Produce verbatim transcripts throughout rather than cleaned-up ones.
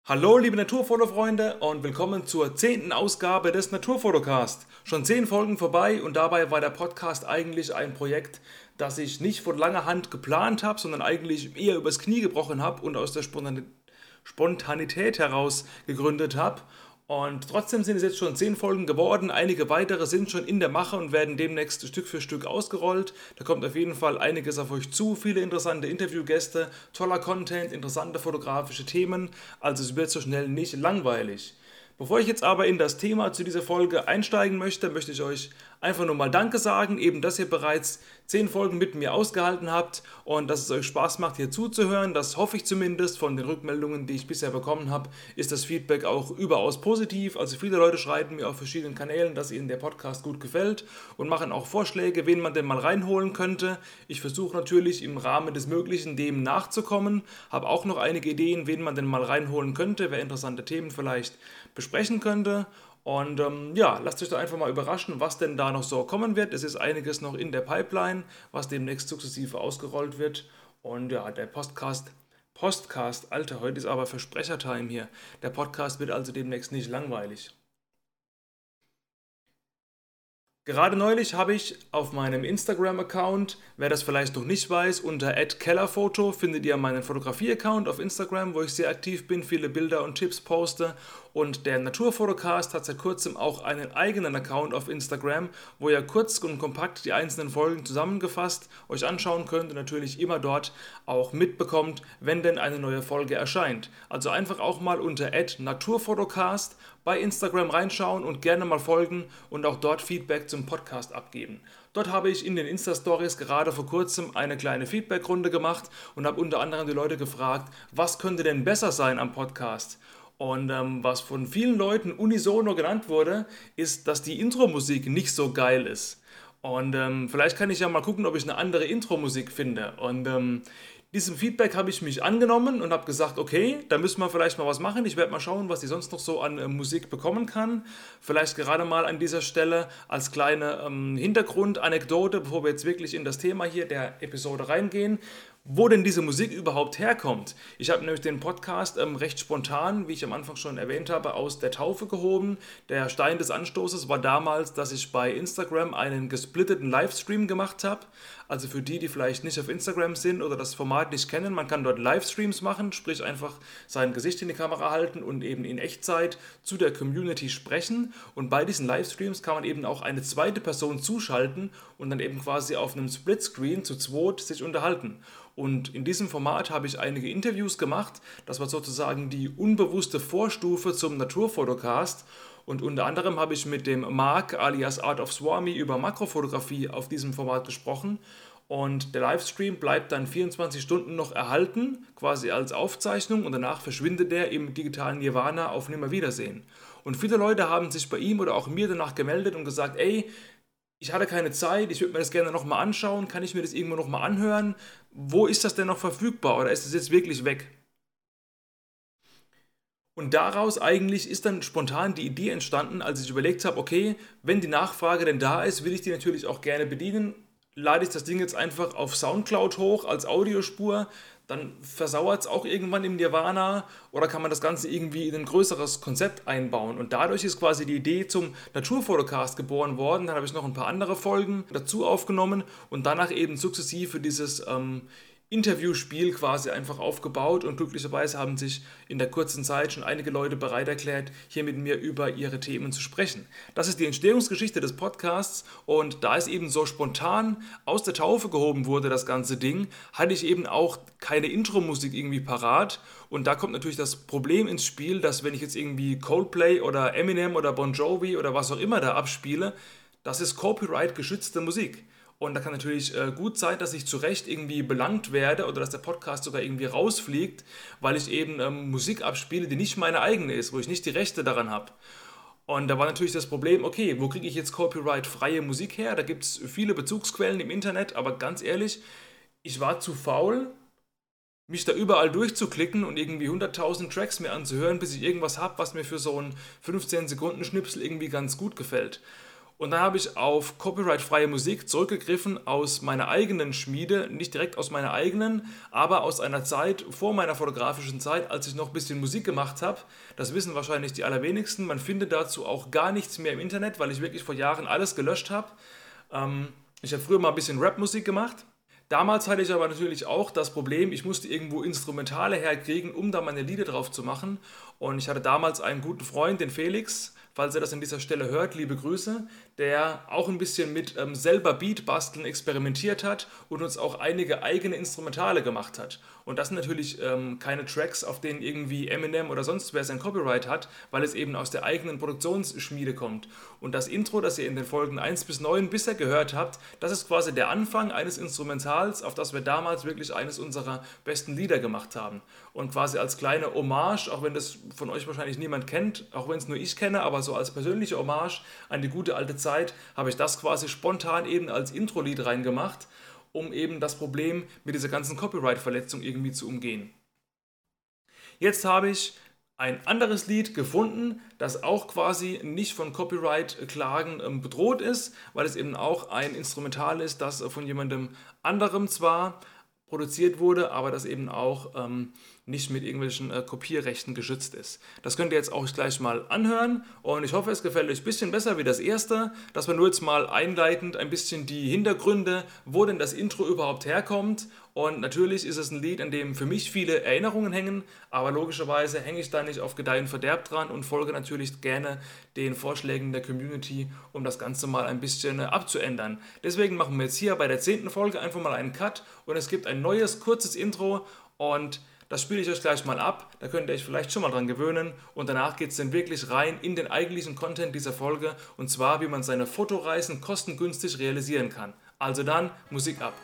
Hallo liebe Naturfotofreunde und willkommen zur zehnten Ausgabe des Naturfotocast. Schon zehn Folgen vorbei und dabei war der Podcast eigentlich ein Projekt, das ich nicht von langer Hand geplant habe, sondern eigentlich eher übers Knie gebrochen habe und aus der Spontan- Spontanität heraus gegründet habe. Und trotzdem sind es jetzt schon zehn Folgen geworden, einige weitere sind schon in der Mache und werden demnächst Stück für Stück ausgerollt. Da kommt auf jeden Fall einiges auf euch zu, viele interessante Interviewgäste, toller Content, interessante fotografische Themen, also es wird so schnell nicht langweilig. Bevor ich jetzt aber in das Thema zu dieser Folge einsteigen möchte, möchte ich euch einfach nur mal Danke sagen, eben dass ihr bereits zehn Folgen mit mir ausgehalten habt und dass es euch Spaß macht, hier zuzuhören. Das hoffe ich zumindest. Von den Rückmeldungen, die ich bisher bekommen habe, ist das Feedback auch überaus positiv. Also viele Leute schreiben mir auf verschiedenen Kanälen, dass ihnen der Podcast gut gefällt und machen auch Vorschläge, wen man denn mal reinholen könnte. Ich versuche natürlich im Rahmen des Möglichen dem nachzukommen, habe auch noch einige Ideen, wen man denn mal reinholen könnte, wer interessante Themen vielleicht besprechen könnte. Und ähm, ja, lasst euch da einfach mal überraschen, was denn da noch so kommen wird. Es ist einiges noch in der Pipeline, was demnächst sukzessive ausgerollt wird. Und ja, der Podcast, Podcast, Alter, heute ist aber Versprechertime hier. Der Podcast wird also demnächst nicht langweilig. Gerade neulich habe ich auf meinem Instagram-Account, wer das vielleicht noch nicht weiß, unter at kellerfoto findet ihr meinen Fotografie-Account auf Instagram, wo ich sehr aktiv bin, viele Bilder und Tipps poste. Und der Naturfotocast hat seit kurzem auch einen eigenen Account auf Instagram, wo ihr kurz und kompakt die einzelnen Folgen zusammengefasst euch anschauen könnt und natürlich immer dort auch mitbekommt, wenn denn eine neue Folge erscheint. Also einfach auch mal unter at naturfotocast bei Instagram reinschauen und gerne mal folgen und auch dort Feedback zum Podcast abgeben. Dort habe ich in den Insta-Stories gerade vor kurzem eine kleine Feedback-Runde gemacht und habe unter anderem die Leute gefragt, was könnte denn besser sein am Podcast? Und ähm, was von vielen Leuten unisono genannt wurde, ist, dass die Intro-Musik nicht so geil ist. Und ähm, vielleicht kann ich ja mal gucken, ob ich eine andere Intro-Musik finde. Und ähm, diesem Feedback habe ich mich angenommen und habe gesagt, okay, da müssen wir vielleicht mal was machen. Ich werde mal schauen, was ich sonst noch so an äh, Musik bekommen kann. Vielleicht gerade mal an dieser Stelle als kleine ähm, Hintergrundanekdote, bevor wir jetzt wirklich in das Thema hier der Episode reingehen, wo denn diese Musik überhaupt herkommt. Ich habe nämlich den Podcast ähm, recht spontan, wie ich am Anfang schon erwähnt habe, aus der Taufe gehoben. Der Stein des Anstoßes war damals, dass ich bei Instagram einen gesplitteten Livestream gemacht habe. Also für die, die vielleicht nicht auf Instagram sind oder das Format nicht kennen, man kann dort Livestreams machen, sprich einfach sein Gesicht in die Kamera halten und eben in Echtzeit zu der Community sprechen. Und bei diesen Livestreams kann man eben auch eine zweite Person zuschalten und dann eben quasi auf einem Splitscreen zu zweit sich unterhalten. Und in diesem Format habe ich einige Interviews gemacht. Das war sozusagen die unbewusste Vorstufe zum Naturfotocast. Und unter anderem habe ich mit dem Marc alias Art of Swami über Makrofotografie auf diesem Format gesprochen. Und der Livestream bleibt dann vierundzwanzig Stunden noch erhalten, quasi als Aufzeichnung. Und danach verschwindet der im digitalen Nirvana auf Nimmerwiedersehen. Und viele Leute haben sich bei ihm oder auch mir danach gemeldet und gesagt, ey, ich hatte keine Zeit, ich würde mir das gerne nochmal anschauen, kann ich mir das irgendwo nochmal anhören? Wo ist das denn noch verfügbar oder ist es jetzt wirklich weg? Und daraus eigentlich ist dann spontan die Idee entstanden, als ich überlegt habe, okay, wenn die Nachfrage denn da ist, will ich die natürlich auch gerne bedienen, lade ich das Ding jetzt einfach auf Soundcloud hoch als Audiospur, dann versauert es auch irgendwann im Nirvana oder kann man das Ganze irgendwie in ein größeres Konzept einbauen. Und dadurch ist quasi die Idee zum Naturfotocast geboren worden. Dann habe ich noch ein paar andere Folgen dazu aufgenommen und danach eben sukzessive dieses ähm, Interviewspiel quasi einfach aufgebaut und glücklicherweise haben sich in der kurzen Zeit schon einige Leute bereit erklärt, hier mit mir über ihre Themen zu sprechen. Das ist die Entstehungsgeschichte des Podcasts und da es eben so spontan aus der Taufe gehoben wurde, das ganze Ding, hatte ich eben auch keine Intro-Musik irgendwie parat und da kommt natürlich das Problem ins Spiel, dass wenn ich jetzt irgendwie Coldplay oder Eminem oder Bon Jovi oder was auch immer da abspiele, das ist Copyright-geschützte Musik. Und da kann natürlich äh, gut sein, dass ich zu Recht irgendwie belangt werde oder dass der Podcast sogar irgendwie rausfliegt, weil ich eben ähm, Musik abspiele, die nicht meine eigene ist, wo ich nicht die Rechte daran habe. Und da war natürlich das Problem, okay, wo kriege ich jetzt copyright-freie Musik her? Da gibt es viele Bezugsquellen im Internet, aber ganz ehrlich, ich war zu faul, mich da überall durchzuklicken und irgendwie hunderttausend Tracks mir anzuhören, bis ich irgendwas habe, was mir für so einen fünfzehn Sekunden Schnipsel irgendwie ganz gut gefällt. Und dann habe ich auf copyright-freie Musik zurückgegriffen aus meiner eigenen Schmiede, nicht direkt aus meiner eigenen, aber aus einer Zeit vor meiner fotografischen Zeit, als ich noch ein bisschen Musik gemacht habe. Das wissen wahrscheinlich die allerwenigsten. Man findet dazu auch gar nichts mehr im Internet, weil ich wirklich vor Jahren alles gelöscht habe. Ähm, ich habe früher mal ein bisschen Rap-Musik gemacht. Damals hatte ich aber natürlich auch das Problem, ich musste irgendwo Instrumentale herkriegen, um da meine Lieder drauf zu machen. Und ich hatte damals einen guten Freund, den Felix, falls er das an dieser Stelle hört, liebe Grüße, der auch ein bisschen mit ähm, selber Beat basteln experimentiert hat und uns auch einige eigene Instrumentale gemacht hat. Und das sind natürlich ähm, keine Tracks, auf denen irgendwie Eminem oder sonst wer sein Copyright hat, weil es eben aus der eigenen Produktionsschmiede kommt. Und das Intro, das ihr in den Folgen eins bis neun bisher gehört habt, das ist quasi der Anfang eines Instrumentals, auf das wir damals wirklich eines unserer besten Lieder gemacht haben. Und quasi als kleine Hommage, auch wenn das von euch wahrscheinlich niemand kennt, auch wenn es nur ich kenne, aber so als persönliche Hommage an die gute alte Zeit, habe ich das quasi spontan eben als Intro-Lied reingemacht, um eben das Problem mit dieser ganzen Copyright-Verletzung irgendwie zu umgehen. Jetzt habe ich ein anderes Lied gefunden, das auch quasi nicht von Copyright-Klagen ähm, bedroht ist, weil es eben auch ein Instrumental ist, das von jemandem anderem zwar produziert wurde, aber das eben auch ähm, nicht mit irgendwelchen äh, Kopierrechten geschützt ist. Das könnt ihr jetzt auch gleich mal anhören und ich hoffe, es gefällt euch ein bisschen besser wie das erste, dass wir nur jetzt mal einleitend ein bisschen die Hintergründe, wo denn das Intro überhaupt herkommt. Und natürlich ist es ein Lied, an dem für mich viele Erinnerungen hängen, aber logischerweise hänge ich da nicht auf Gedeih und Verderb dran und folge natürlich gerne den Vorschlägen der Community, um das Ganze mal ein bisschen abzuändern. Deswegen machen wir jetzt hier bei der zehnten Folge einfach mal einen Cut und es gibt ein neues, kurzes Intro und das spiele ich euch gleich mal ab, da könnt ihr euch vielleicht schon mal dran gewöhnen und danach geht es dann wirklich rein in den eigentlichen Content dieser Folge und zwar, wie man seine Fotoreisen kostengünstig realisieren kann. Also dann, Musik ab!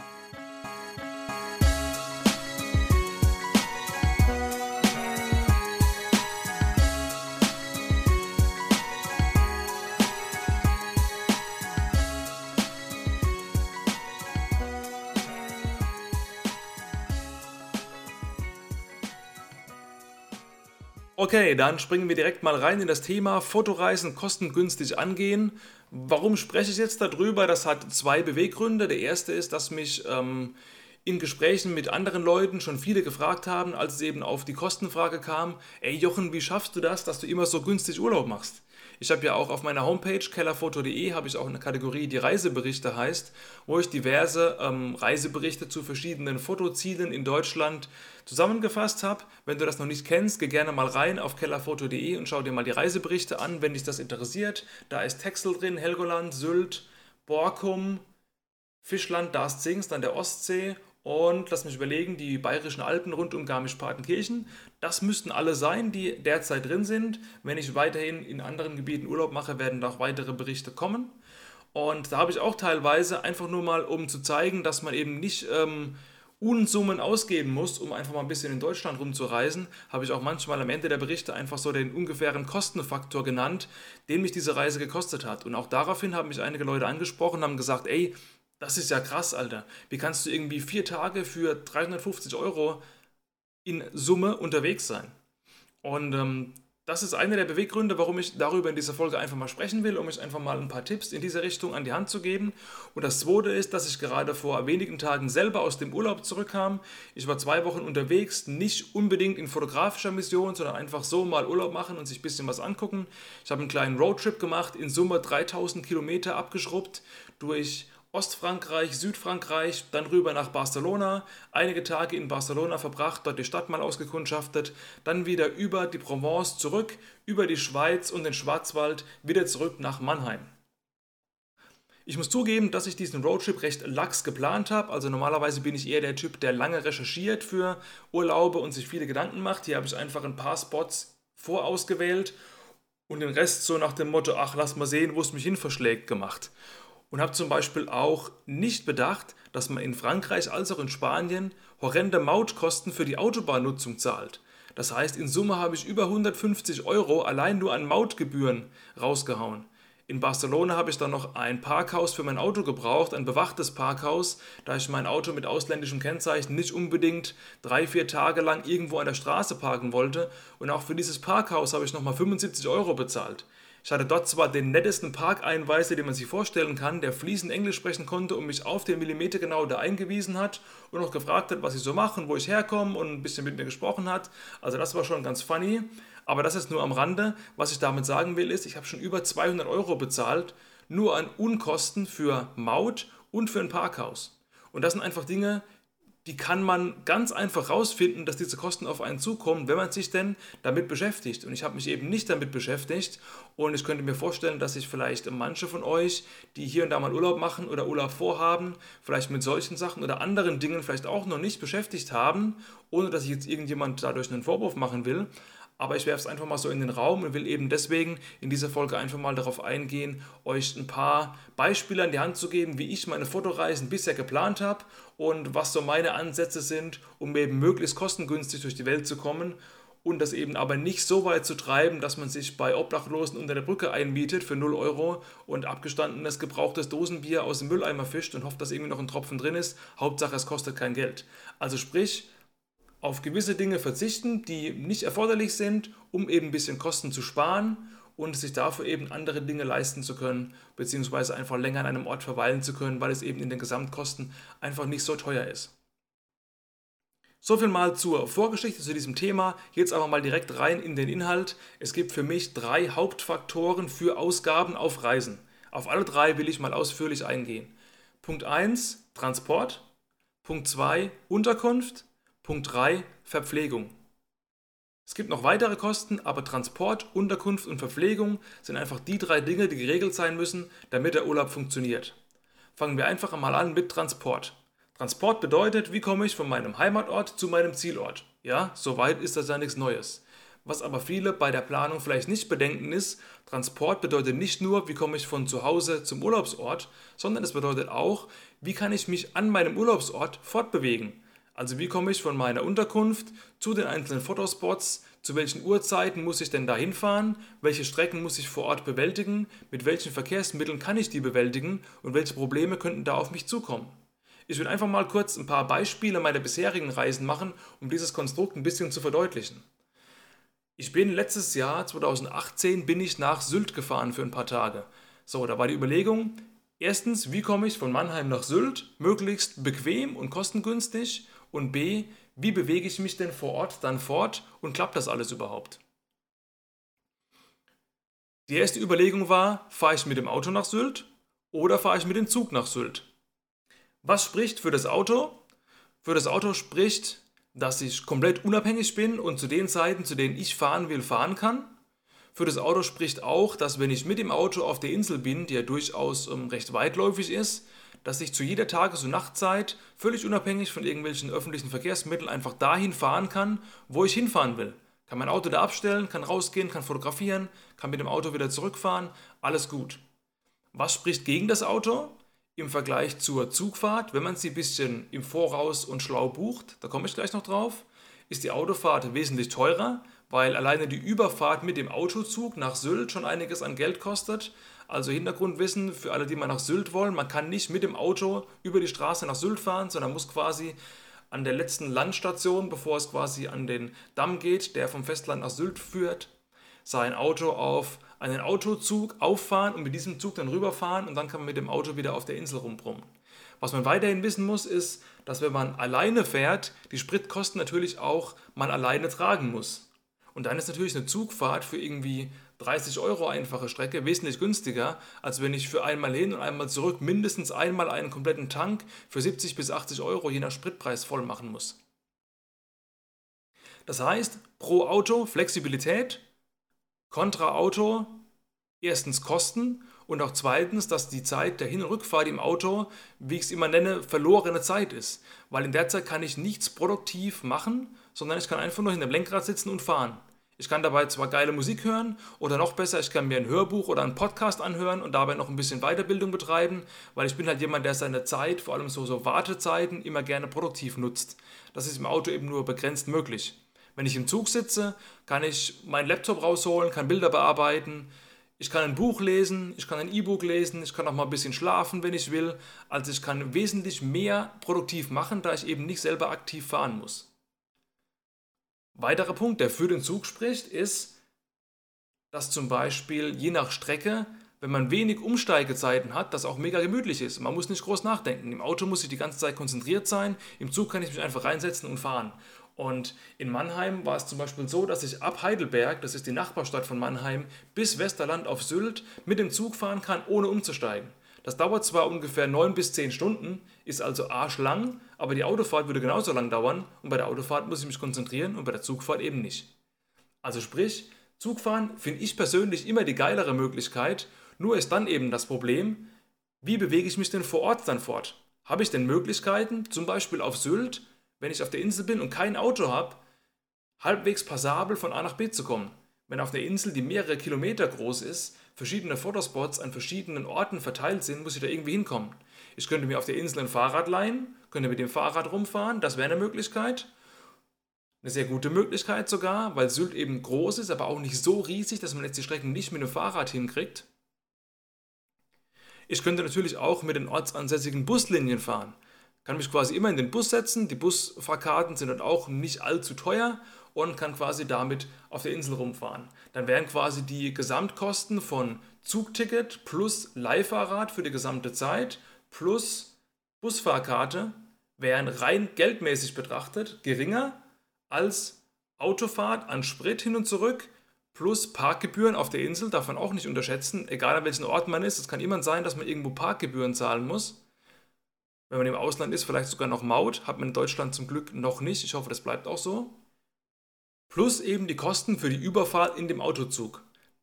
Okay, dann springen wir direkt mal rein in das Thema Fotoreisen kostengünstig angehen. Warum spreche ich jetzt darüber? Das hat zwei Beweggründe. Der erste ist, dass mich ähm, in Gesprächen mit anderen Leuten schon viele gefragt haben, als es eben auf die Kostenfrage kam, ey Jochen, wie schaffst du das, dass du immer so günstig Urlaub machst? Ich habe ja auch auf meiner Homepage kellerfoto punkt de habe ich auch eine Kategorie, die Reiseberichte heißt, wo ich diverse ähm, Reiseberichte zu verschiedenen Fotozielen in Deutschland zusammengefasst habe. Wenn du das noch nicht kennst, geh gerne mal rein auf kellerfoto punkt de und schau dir mal die Reiseberichte an, wenn dich das interessiert. Da ist Texel drin, Helgoland, Sylt, Borkum, Fischland, da ist Zingst an der Ostsee und lass mich überlegen, die Bayerischen Alpen rund um Garmisch-Partenkirchen. Das müssten alle sein, die derzeit drin sind. Wenn ich weiterhin in anderen Gebieten Urlaub mache, werden noch weitere Berichte kommen. Und da habe ich auch teilweise einfach nur mal, um zu zeigen, dass man eben nicht ähm, Unsummen ausgeben muss, um einfach mal ein bisschen in Deutschland rumzureisen, habe ich auch manchmal am Ende der Berichte einfach so den ungefähren Kostenfaktor genannt, den mich diese Reise gekostet hat. Und auch daraufhin haben mich einige Leute angesprochen und haben gesagt, ey, das ist ja krass, Alter. Wie kannst du irgendwie vier Tage für dreihundertfünfzig Euro in Summe unterwegs sein? Und ähm, das ist einer der Beweggründe, warum ich darüber in dieser Folge einfach mal sprechen will, um euch einfach mal ein paar Tipps in diese Richtung an die Hand zu geben. Und das zweite ist, dass ich gerade vor wenigen Tagen selber aus dem Urlaub zurückkam. Ich war zwei Wochen unterwegs, nicht unbedingt in fotografischer Mission, sondern einfach so mal Urlaub machen und sich ein bisschen was angucken. Ich habe einen kleinen Roadtrip gemacht, in Summe dreitausend Kilometer abgeschrubbt durch Ostfrankreich, Südfrankreich, dann rüber nach Barcelona, einige Tage in Barcelona verbracht, dort die Stadt mal ausgekundschaftet, dann wieder über die Provence zurück, über die Schweiz und den Schwarzwald, wieder zurück nach Mannheim. Ich muss zugeben, dass ich diesen Roadtrip recht lax geplant habe, also normalerweise bin ich eher der Typ, der lange recherchiert für Urlaube und sich viele Gedanken macht. Hier habe ich einfach ein paar Spots vorausgewählt und den Rest so nach dem Motto, ach lass mal sehen, wo es mich hin verschlägt, gemacht. Und habe zum Beispiel auch nicht bedacht, dass man in Frankreich als auch in Spanien horrende Mautkosten für die Autobahnnutzung zahlt. Das heißt, in Summe habe ich über hundertfünfzig Euro allein nur an Mautgebühren rausgehauen. In Barcelona habe ich dann noch ein Parkhaus für mein Auto gebraucht, ein bewachtes Parkhaus, da ich mein Auto mit ausländischem Kennzeichen nicht unbedingt drei, vier Tage lang irgendwo an der Straße parken wollte. Und auch für dieses Parkhaus habe ich nochmal fünfundsiebzig Euro bezahlt. Ich hatte dort zwar den nettesten Parkeinweiser, den man sich vorstellen kann, der fließend Englisch sprechen konnte und mich auf den Millimeter genau da eingewiesen hat und noch gefragt hat, was ich so mache und wo ich herkomme und ein bisschen mit mir gesprochen hat. Also das war schon ganz funny. Aber das ist nur am Rande. Was ich damit sagen will, ist, ich habe schon über zweihundert Euro bezahlt, nur an Unkosten für Maut und für ein Parkhaus. Und das sind einfach Dinge, die kann man ganz einfach rausfinden, dass diese Kosten auf einen zukommen, wenn man sich denn damit beschäftigt. Und ich habe mich eben nicht damit beschäftigt und ich könnte mir vorstellen, dass sich vielleicht manche von euch, die hier und da mal Urlaub machen oder Urlaub vorhaben, vielleicht mit solchen Sachen oder anderen Dingen vielleicht auch noch nicht beschäftigt haben, ohne dass ich jetzt irgendjemand dadurch einen Vorwurf machen will. Aber ich werfe es einfach mal so in den Raum und will eben deswegen in dieser Folge einfach mal darauf eingehen, euch ein paar Beispiele an die Hand zu geben, wie ich meine Fotoreisen bisher geplant habe und was so meine Ansätze sind, um eben möglichst kostengünstig durch die Welt zu kommen und das eben aber nicht so weit zu treiben, dass man sich bei Obdachlosen unter der Brücke einmietet für null Euro und abgestandenes, gebrauchtes Dosenbier aus dem Mülleimer fischt und hofft, dass irgendwie noch ein Tropfen drin ist. Hauptsache, es kostet kein Geld. Also sprich, auf gewisse Dinge verzichten, die nicht erforderlich sind, um eben ein bisschen Kosten zu sparen und sich dafür eben andere Dinge leisten zu können, beziehungsweise einfach länger an einem Ort verweilen zu können, weil es eben in den Gesamtkosten einfach nicht so teuer ist. So viel mal zur Vorgeschichte zu diesem Thema. Jetzt aber mal direkt rein in den Inhalt. Es gibt für mich drei Hauptfaktoren für Ausgaben auf Reisen. Auf alle drei will ich mal ausführlich eingehen. Punkt eins, Transport. Punkt zwei, Unterkunft. Punkt drei, Verpflegung. Es gibt noch weitere Kosten, aber Transport, Unterkunft und Verpflegung sind einfach die drei Dinge, die geregelt sein müssen, damit der Urlaub funktioniert. Fangen wir einfach einmal an mit Transport. Transport bedeutet, wie komme ich von meinem Heimatort zu meinem Zielort? Ja, soweit ist das ja nichts Neues. Was aber viele bei der Planung vielleicht nicht bedenken ist, Transport bedeutet nicht nur, wie komme ich von zu Hause zum Urlaubsort, sondern es bedeutet auch, wie kann ich mich an meinem Urlaubsort fortbewegen. Also wie komme ich von meiner Unterkunft zu den einzelnen Fotospots, zu welchen Uhrzeiten muss ich denn da hinfahren, welche Strecken muss ich vor Ort bewältigen, mit welchen Verkehrsmitteln kann ich die bewältigen und welche Probleme könnten da auf mich zukommen. Ich will einfach mal kurz ein paar Beispiele meiner bisherigen Reisen machen, um dieses Konstrukt ein bisschen zu verdeutlichen. Ich bin letztes Jahr, zweitausendachtzehn, bin ich nach Sylt gefahren für ein paar Tage. So, da war die Überlegung, erstens, wie komme ich von Mannheim nach Sylt, möglichst bequem und kostengünstig? Und B, wie bewege ich mich denn vor Ort dann fort und klappt das alles überhaupt? Die erste Überlegung war, fahre ich mit dem Auto nach Sylt oder fahre ich mit dem Zug nach Sylt? Was spricht für das Auto? Für das Auto spricht, dass ich komplett unabhängig bin und zu den Zeiten, zu denen ich fahren will, fahren kann. Für das Auto spricht auch, dass wenn ich mit dem Auto auf der Insel bin, die ja durchaus ähm, recht weitläufig ist, dass ich zu jeder Tages- und Nachtzeit völlig unabhängig von irgendwelchen öffentlichen Verkehrsmitteln einfach dahin fahren kann, wo ich hinfahren will. Kann mein Auto da abstellen, kann rausgehen, kann fotografieren, kann mit dem Auto wieder zurückfahren, alles gut. Was spricht gegen das Auto? Im Vergleich zur Zugfahrt, wenn man sie ein bisschen im Voraus und schlau bucht, da komme ich gleich noch drauf, ist die Autofahrt wesentlich teurer, weil alleine die Überfahrt mit dem Autozug nach Sylt schon einiges an Geld kostet. Also Hintergrundwissen für alle, die mal nach Sylt wollen, man kann nicht mit dem Auto über die Straße nach Sylt fahren, sondern muss quasi an der letzten Landstation, bevor es quasi an den Damm geht, der vom Festland nach Sylt führt, sein Auto auf einen Autozug auffahren und mit diesem Zug dann rüberfahren und dann kann man mit dem Auto wieder auf der Insel rumbrummen. Was man weiterhin wissen muss, ist, dass wenn man alleine fährt, die Spritkosten natürlich auch man alleine tragen muss. Und dann ist natürlich eine Zugfahrt für irgendwie dreißig Euro einfache Strecke wesentlich günstiger, als wenn ich für einmal hin und einmal zurück mindestens einmal einen kompletten Tank für siebzig bis achtzig Euro je nach Spritpreis voll machen muss. Das heißt, pro Auto Flexibilität, kontra Auto erstens Kosten und auch zweitens, dass die Zeit der Hin- und Rückfahrt im Auto, wie ich es immer nenne, verlorene Zeit ist. Weil in der Zeit kann ich nichts produktiv machen, sondern ich kann einfach nur hinter dem Lenkrad sitzen und fahren. Ich kann dabei zwar geile Musik hören oder noch besser, ich kann mir ein Hörbuch oder einen Podcast anhören und dabei noch ein bisschen Weiterbildung betreiben, weil ich bin halt jemand, der seine Zeit, vor allem so, so Wartezeiten, immer gerne produktiv nutzt. Das ist im Auto eben nur begrenzt möglich. Wenn ich im Zug sitze, kann ich meinen Laptop rausholen, kann Bilder bearbeiten, ich kann ein Buch lesen, ich kann ein E-Book lesen, ich kann auch mal ein bisschen schlafen, wenn ich will. Also ich kann wesentlich mehr produktiv machen, da ich eben nicht selber aktiv fahren muss. Weiterer Punkt, der für den Zug spricht, ist, dass zum Beispiel je nach Strecke, wenn man wenig Umsteigezeiten hat, das auch mega gemütlich ist. Man muss nicht groß nachdenken. Im Auto muss ich die ganze Zeit konzentriert sein, im Zug kann ich mich einfach reinsetzen und fahren. Und in Mannheim war es zum Beispiel so, dass ich ab Heidelberg, das ist die Nachbarstadt von Mannheim, bis Westerland auf Sylt mit dem Zug fahren kann, ohne umzusteigen. Das dauert zwar ungefähr neun bis zehn Stunden, ist also arschlang, aber die Autofahrt würde genauso lang dauern und bei der Autofahrt muss ich mich konzentrieren und bei der Zugfahrt eben nicht. Also sprich, Zugfahren finde ich persönlich immer die geilere Möglichkeit, nur ist dann eben das Problem, wie bewege ich mich denn vor Ort dann fort? Habe ich denn Möglichkeiten, zum Beispiel auf Sylt, wenn ich auf der Insel bin und kein Auto habe, halbwegs passabel von A nach B zu kommen? Wenn auf einer Insel, die mehrere Kilometer groß ist, verschiedene Fotospots an verschiedenen Orten verteilt sind, muss ich da irgendwie hinkommen. Ich könnte mir auf der Insel ein Fahrrad leihen, könnte mit dem Fahrrad rumfahren, das wäre eine Möglichkeit. Eine sehr gute Möglichkeit sogar, weil Sylt eben groß ist, aber auch nicht so riesig, dass man jetzt die Strecken nicht mit dem Fahrrad hinkriegt. Ich könnte natürlich auch mit den ortsansässigen Buslinien fahren. Kann mich quasi immer in den Bus setzen, die Busfahrkarten sind dann auch nicht allzu teuer und kann quasi damit auf der Insel rumfahren. Dann wären quasi die Gesamtkosten von Zugticket plus Leihfahrrad für die gesamte Zeit plus Busfahrkarte wären rein geldmäßig betrachtet geringer als Autofahrt an Sprit hin und zurück plus Parkgebühren auf der Insel, darf man auch nicht unterschätzen, egal an welchem Ort man ist. Es kann immer sein, dass man irgendwo Parkgebühren zahlen muss. Wenn man im Ausland ist, vielleicht sogar noch Maut, hat man in Deutschland zum Glück noch nicht. Ich hoffe, das bleibt auch so. Plus eben die Kosten für die Überfahrt in dem Autozug.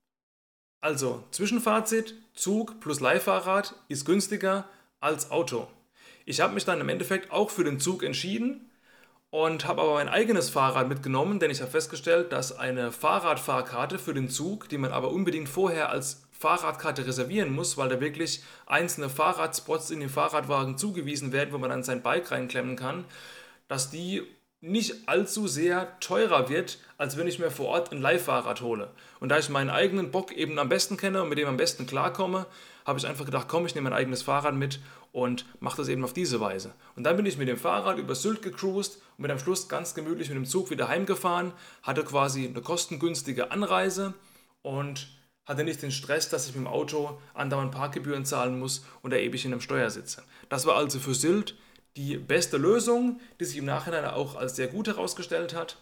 Also, Zwischenfazit, Zug plus Leihfahrrad ist günstiger als Auto. Ich habe mich dann im Endeffekt auch für den Zug entschieden und habe aber mein eigenes Fahrrad mitgenommen, denn ich habe festgestellt, dass eine Fahrradfahrkarte für den Zug, die man aber unbedingt vorher als Fahrradkarte reservieren muss, weil da wirklich einzelne Fahrradspots in den Fahrradwagen zugewiesen werden, wo man dann sein Bike reinklemmen kann, dass die nicht allzu sehr teurer wird, als wenn ich mir vor Ort ein Leihfahrrad hole. Und da ich meinen eigenen Bock eben am besten kenne und mit dem am besten klarkomme, habe ich einfach gedacht, komm, ich nehme mein eigenes Fahrrad mit und mache das eben auf diese Weise. Und dann bin ich mit dem Fahrrad über Sylt gecruised und bin am Schluss ganz gemütlich mit dem Zug wieder heimgefahren, hatte quasi eine kostengünstige Anreise und hatte nicht den Stress, dass ich mit dem Auto andauernd Parkgebühren zahlen muss und da ewig in einem Steuer sitze. Das war also für Sylt die beste Lösung, die sich im Nachhinein auch als sehr gut herausgestellt hat.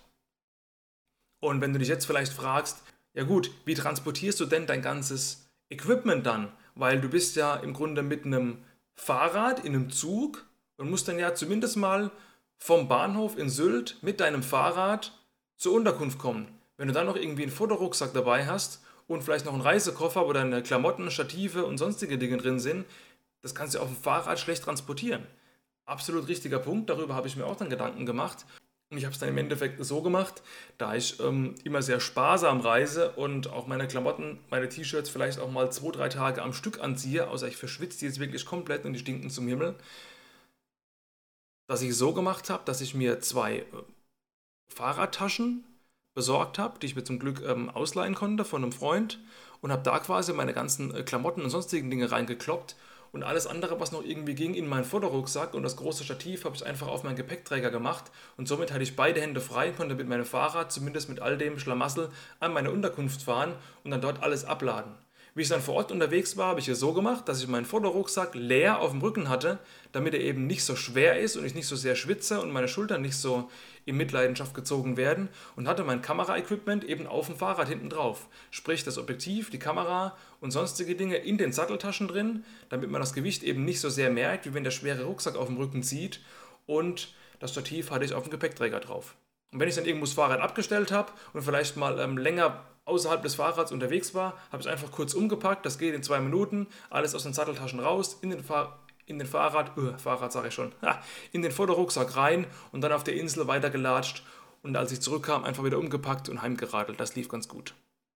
Und wenn du dich jetzt vielleicht fragst, ja gut, wie transportierst du denn dein ganzes Equipment dann? Weil du bist ja im Grunde mit einem Fahrrad in einem Zug und musst dann ja zumindest mal vom Bahnhof in Sylt mit deinem Fahrrad zur Unterkunft kommen. Wenn du dann noch irgendwie einen Fotorucksack dabei hast und vielleicht noch einen Reisekoffer, wo deine Klamotten, Stative und sonstige Dinge drin sind, das kannst du auf dem Fahrrad schlecht transportieren. Absolut richtiger Punkt, darüber habe ich mir auch dann Gedanken gemacht. Und ich habe es dann im Endeffekt so gemacht, da ich ähm, immer sehr sparsam reise und auch meine Klamotten, meine T-Shirts vielleicht auch mal zwei, drei Tage am Stück anziehe, außer ich verschwitze die jetzt wirklich komplett und die stinken zum Himmel, dass ich es so gemacht habe, dass ich mir zwei äh, Fahrradtaschen besorgt habe, die ich mir zum Glück ähm, ausleihen konnte von einem Freund und habe da quasi meine ganzen äh, Klamotten und sonstigen Dinge reingekloppt. Und alles andere, was noch irgendwie ging, in meinen Fotorucksack und das große Stativ habe ich einfach auf meinen Gepäckträger gemacht und somit hatte ich beide Hände frei und konnte mit meinem Fahrrad, zumindest mit all dem Schlamassel, an meine Unterkunft fahren und dann dort alles abladen. Wie ich dann vor Ort unterwegs war, habe ich es so gemacht, dass ich meinen Fotorucksack leer auf dem Rücken hatte, damit er eben nicht so schwer ist und ich nicht so sehr schwitze und meine Schultern nicht so in Mitleidenschaft gezogen werden und hatte mein Kameraequipment eben auf dem Fahrrad hinten drauf. Sprich das Objektiv, die Kamera und sonstige Dinge in den Satteltaschen drin, damit man das Gewicht eben nicht so sehr merkt, wie wenn der schwere Rucksack auf dem Rücken zieht, und das Stativ hatte ich auf dem Gepäckträger drauf. Und wenn ich dann irgendwo das Fahrrad abgestellt habe und vielleicht mal ähm, länger außerhalb des Fahrrads unterwegs war, habe ich einfach kurz umgepackt, das geht in zwei Minuten, alles aus den Satteltaschen raus, in den, Fahr in den Fahrrad, uh, Fahrrad sage ich schon, ha, in den Fotorucksack rein und dann auf der Insel weitergelatscht und als ich zurückkam, einfach wieder umgepackt und heimgeradelt. Das lief ganz gut.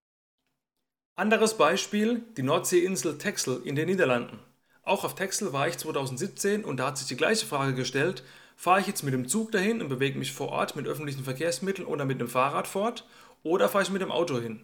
Anderes Beispiel, die Nordseeinsel Texel in den Niederlanden. Auch auf Texel war ich zwanzig siebzehn und da hat sich die gleiche Frage gestellt, fahre ich jetzt mit dem Zug dahin und bewege mich vor Ort mit öffentlichen Verkehrsmitteln oder mit dem Fahrrad fort oder fahre ich mit dem Auto hin?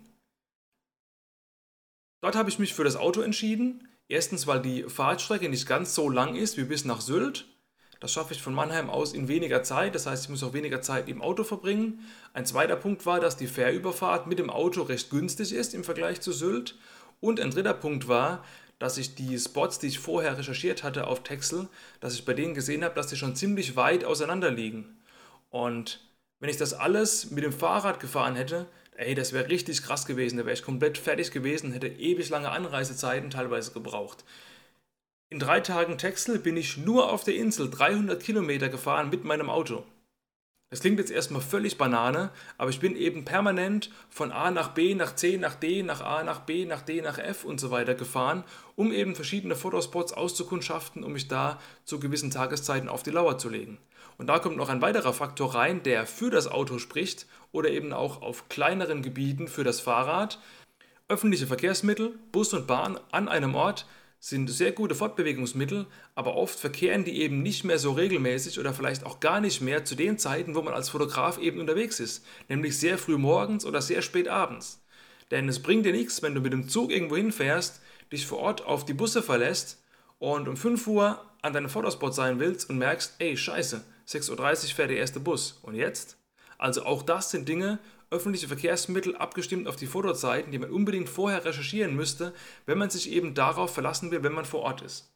Dort habe ich mich für das Auto entschieden. Erstens, weil die Fahrtstrecke nicht ganz so lang ist wie bis nach Sylt. Das schaffe ich von Mannheim aus in weniger Zeit, das heißt, ich muss auch weniger Zeit im Auto verbringen. Ein zweiter Punkt war, dass die Fährüberfahrt mit dem Auto recht günstig ist im Vergleich zu Sylt. Und ein dritter Punkt war, dass ich die Spots, die ich vorher recherchiert hatte auf Texel, dass ich bei denen gesehen habe, dass die schon ziemlich weit auseinander liegen. Und wenn ich das alles mit dem Fahrrad gefahren hätte, ey, das wäre richtig krass gewesen. Da wäre ich komplett fertig gewesen, hätte ewig lange Anreisezeiten teilweise gebraucht. In drei Tagen Texel bin ich nur auf der Insel dreihundert Kilometer gefahren mit meinem Auto. Das klingt jetzt erstmal völlig Banane, aber ich bin eben permanent von A nach B, nach C, nach D, nach A, nach B, nach D, nach F und so weiter gefahren, um eben verschiedene Fotospots auszukundschaften, um mich da zu gewissen Tageszeiten auf die Lauer zu legen. Und da kommt noch ein weiterer Faktor rein, der für das Auto spricht oder eben auch auf kleineren Gebieten für das Fahrrad. Öffentliche Verkehrsmittel, Bus und Bahn an einem Ort sind sehr gute Fortbewegungsmittel, aber oft verkehren die eben nicht mehr so regelmäßig oder vielleicht auch gar nicht mehr zu den Zeiten, wo man als Fotograf eben unterwegs ist, nämlich sehr früh morgens oder sehr spät abends. Denn es bringt dir nichts, wenn du mit dem Zug irgendwo hinfährst, dich vor Ort auf die Busse verlässt und um fünf Uhr an deinem Fotospot sein willst und merkst, ey, scheiße, sechs Uhr dreißig fährt der erste Bus. Und jetzt? Also auch das sind Dinge, öffentliche Verkehrsmittel abgestimmt auf die Fotozeiten, die man unbedingt vorher recherchieren müsste, wenn man sich eben darauf verlassen will, wenn man vor Ort ist.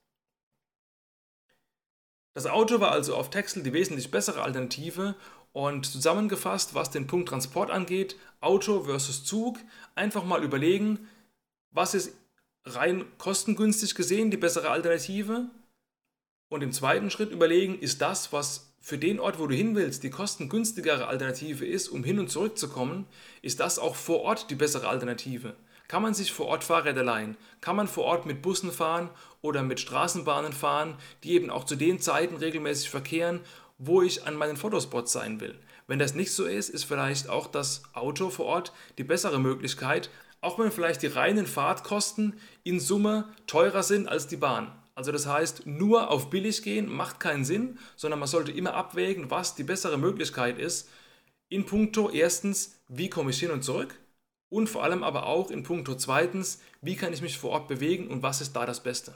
Das Auto war also auf Texel die wesentlich bessere Alternative und zusammengefasst, was den Punkt Transport angeht, Auto versus Zug, einfach mal überlegen, was ist rein kostengünstig gesehen die bessere Alternative und im zweiten Schritt überlegen, ist das, was für den Ort, wo du hin willst, die kostengünstigere Alternative ist, um hin und zurück zu kommen, ist das auch vor Ort die bessere Alternative. Kann man sich vor Ort Fahrräder leihen? Kann man vor Ort mit Bussen fahren oder mit Straßenbahnen fahren, die eben auch zu den Zeiten regelmäßig verkehren, wo ich an meinen Fotospots sein will? Wenn das nicht so ist, ist vielleicht auch das Auto vor Ort die bessere Möglichkeit, auch wenn vielleicht die reinen Fahrtkosten in Summe teurer sind als die Bahn. Also das heißt, nur auf billig gehen macht keinen Sinn, sondern man sollte immer abwägen, was die bessere Möglichkeit ist. In puncto erstens, wie komme ich hin und zurück? Und vor allem aber auch in puncto zweitens, wie kann ich mich vor Ort bewegen und was ist da das Beste?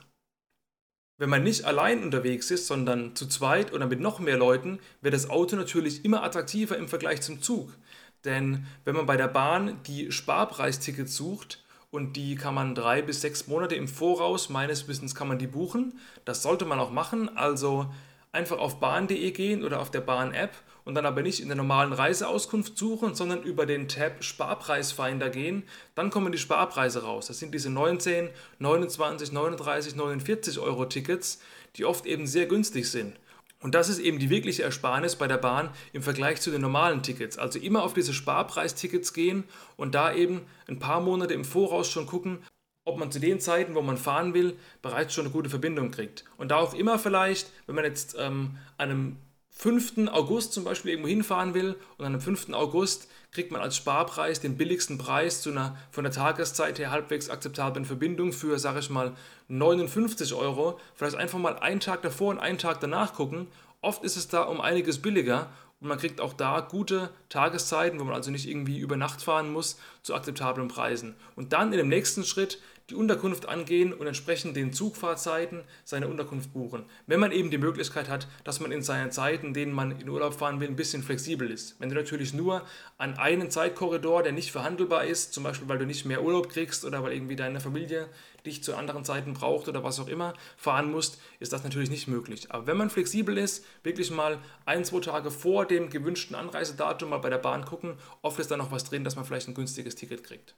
Wenn man nicht allein unterwegs ist, sondern zu zweit oder mit noch mehr Leuten, wird das Auto natürlich immer attraktiver im Vergleich zum Zug. Denn wenn man bei der Bahn die Sparpreistickets sucht, und die kann man drei bis sechs Monate im Voraus, meines Wissens kann man die buchen. Das sollte man auch machen, also einfach auf bahn punkt de gehen oder auf der Bahn-App und dann aber nicht in der normalen Reiseauskunft suchen, sondern über den Tab Sparpreisfinder gehen. Dann kommen die Sparpreise raus. Das sind diese neunzehn, neunundzwanzig, neununddreißig, neunundvierzig Euro Tickets, die oft eben sehr günstig sind. Und das ist eben die wirkliche Ersparnis bei der Bahn im Vergleich zu den normalen Tickets. Also immer auf diese Sparpreistickets gehen und da eben ein paar Monate im Voraus schon gucken, ob man zu den Zeiten, wo man fahren will, bereits schon eine gute Verbindung kriegt. Und da auch immer vielleicht, wenn man jetzt ähm, an einem fünften August zum Beispiel irgendwo hinfahren will und an dem fünften August kriegt man als Sparpreis den billigsten Preis zu einer von der Tageszeit her halbwegs akzeptablen Verbindung für, sage ich mal, neunundfünfzig Euro. Vielleicht einfach mal einen Tag davor und einen Tag danach gucken. Oft ist es da um einiges billiger und man kriegt auch da gute Tageszeiten, wo man also nicht irgendwie über Nacht fahren muss, zu akzeptablen Preisen. Und dann in dem nächsten Schritt die Unterkunft angehen und entsprechend den Zugfahrzeiten seine Unterkunft buchen. Wenn man eben die Möglichkeit hat, dass man in seinen Zeiten, in denen man in Urlaub fahren will, ein bisschen flexibel ist. Wenn du natürlich nur an einen Zeitkorridor, der nicht verhandelbar ist, zum Beispiel weil du nicht mehr Urlaub kriegst oder weil irgendwie deine Familie dich zu anderen Zeiten braucht oder was auch immer, fahren musst, ist das natürlich nicht möglich. Aber wenn man flexibel ist, wirklich mal ein, zwei Tage vor dem gewünschten Anreisedatum mal bei der Bahn gucken, oft ist da noch was drin, dass man vielleicht ein günstiges Ticket kriegt.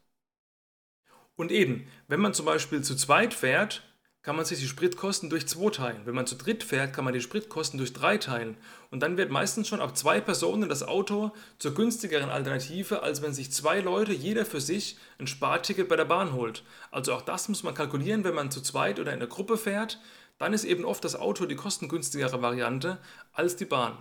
Und eben, wenn man zum Beispiel zu zweit fährt, kann man sich die Spritkosten durch zwei teilen. Wenn man zu dritt fährt, kann man die Spritkosten durch drei teilen. Und dann wird meistens schon ab zwei Personen das Auto zur günstigeren Alternative, als wenn sich zwei Leute, jeder für sich, ein Sparticket bei der Bahn holt. Also auch das muss man kalkulieren, wenn man zu zweit oder in einer Gruppe fährt. Dann ist eben oft das Auto die kostengünstigere Variante als die Bahn.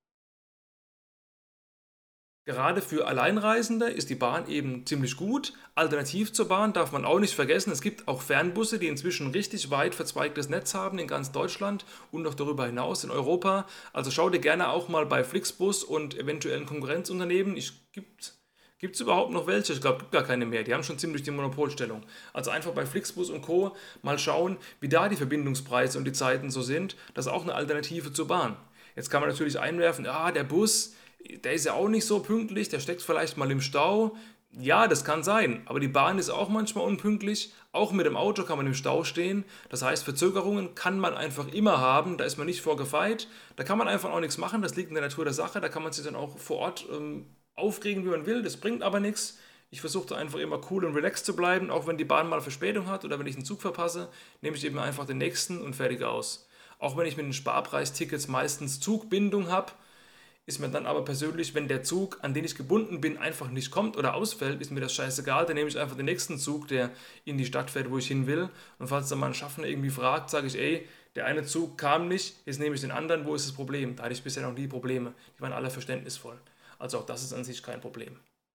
Gerade für Alleinreisende ist die Bahn eben ziemlich gut. Alternativ zur Bahn darf man auch nicht vergessen, es gibt auch Fernbusse, die inzwischen richtig weit verzweigtes Netz haben in ganz Deutschland und auch darüber hinaus in Europa. Also schau dir gerne auch mal bei Flixbus und eventuellen Konkurrenzunternehmen. Ich gibt Gibt es überhaupt noch welche? Ich glaube, es gibt gar keine mehr. Die haben schon ziemlich die Monopolstellung. Also einfach bei Flixbus und Co. mal schauen, wie da die Verbindungspreise und die Zeiten so sind. Das ist auch eine Alternative zur Bahn. Jetzt kann man natürlich einwerfen, ah, der Bus, der ist ja auch nicht so pünktlich, der steckt vielleicht mal im Stau. Ja, das kann sein, aber die Bahn ist auch manchmal unpünktlich. Auch mit dem Auto kann man im Stau stehen. Das heißt, Verzögerungen kann man einfach immer haben. Da ist man nicht vorgefeit. Da kann man einfach auch nichts machen. Das liegt in der Natur der Sache. Da kann man sich dann auch vor Ort ähm, aufregen, wie man will. Das bringt aber nichts. Ich versuche einfach immer cool und relaxed zu bleiben. Auch wenn die Bahn mal Verspätung hat oder wenn ich einen Zug verpasse, nehme ich eben einfach den nächsten und fertig aus. Auch wenn ich mit den Sparpreistickets meistens Zugbindung habe, ist mir dann aber persönlich, wenn der Zug, an den ich gebunden bin, einfach nicht kommt oder ausfällt, ist mir das scheißegal. Dann nehme ich einfach den nächsten Zug, der in die Stadt fährt, wo ich hin will. Und falls dann mal ein Schaffner irgendwie fragt, sage ich, ey, der eine Zug kam nicht, jetzt nehme ich den anderen, wo ist das Problem? Da hatte ich bisher noch nie Probleme. Die waren alle verständnisvoll. Also auch das ist an sich kein Problem.